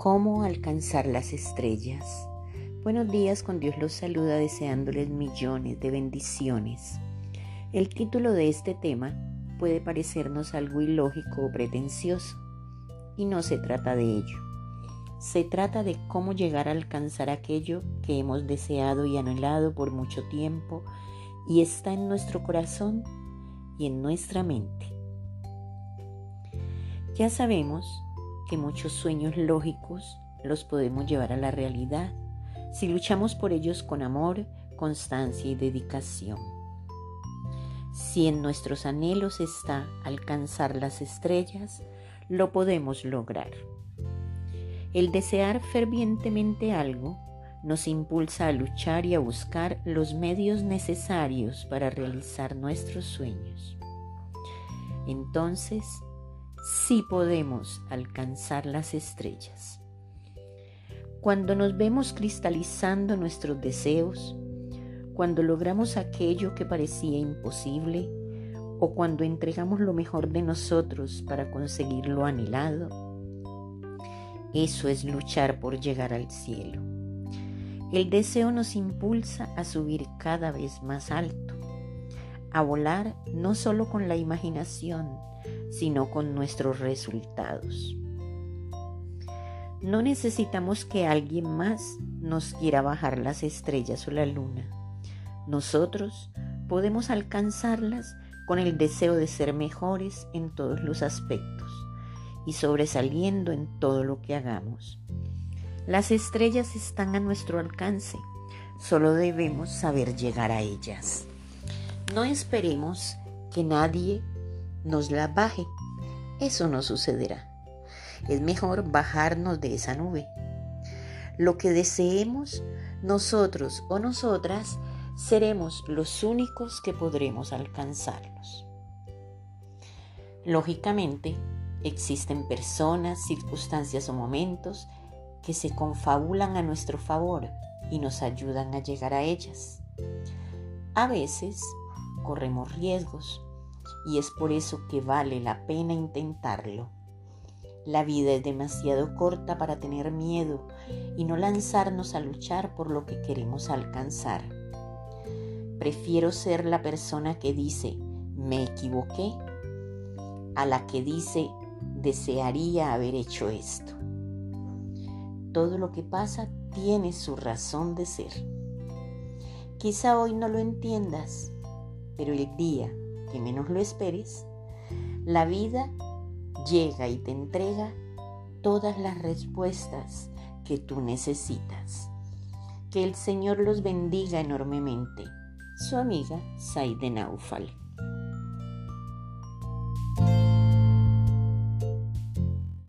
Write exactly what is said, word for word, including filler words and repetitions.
¿Cómo alcanzar las estrellas? Buenos días, con Dios los saluda deseándoles millones de bendiciones. El título de este tema puede parecernos algo ilógico o pretencioso, y no se trata de ello. Se trata de cómo llegar a alcanzar aquello que hemos deseado y anhelado por mucho tiempo y está en nuestro corazón y en nuestra mente. Ya sabemos que muchos sueños lógicos los podemos llevar a la realidad si luchamos por ellos con amor, constancia y dedicación. Si en nuestros anhelos está alcanzar las estrellas, lo podemos lograr. El desear fervientemente algo nos impulsa a luchar y a buscar los medios necesarios para realizar nuestros sueños. Entonces, sí podemos alcanzar las estrellas. Cuando nos vemos cristalizando nuestros deseos, cuando logramos aquello que parecía imposible o cuando entregamos lo mejor de nosotros para conseguir lo anhelado, eso es luchar por llegar al cielo. El deseo nos impulsa a subir cada vez más alto, a volar no solo con la imaginación, sino con nuestros resultados. No necesitamos que alguien más nos quiera bajar las estrellas o la luna. Nosotros podemos alcanzarlas con el deseo de ser mejores en todos los aspectos y sobresaliendo en todo lo que hagamos. Las estrellas están a nuestro alcance, solo debemos saber llegar a ellas. No esperemos que nadie nos la baje, eso no sucederá. Es mejor bajarnos de esa nube. Lo que deseemos, nosotros o nosotras seremos los únicos que podremos alcanzarlos. Lógicamente, existen personas, circunstancias o momentos que se confabulan a nuestro favor y nos ayudan a llegar a ellas. A veces corremos riesgos y es por eso que vale la pena intentarlo. La vida es demasiado corta para tener miedo y no lanzarnos a luchar por lo que queremos alcanzar. Prefiero ser la persona que dice, me equivoqué, a la que dice, desearía haber hecho esto. Todo lo que pasa tiene su razón de ser. Quizá hoy no lo entiendas, pero el día que menos lo esperes, la vida llega y te entrega todas las respuestas que tú necesitas. Que el Señor los bendiga enormemente. Su amiga Saide Naufal.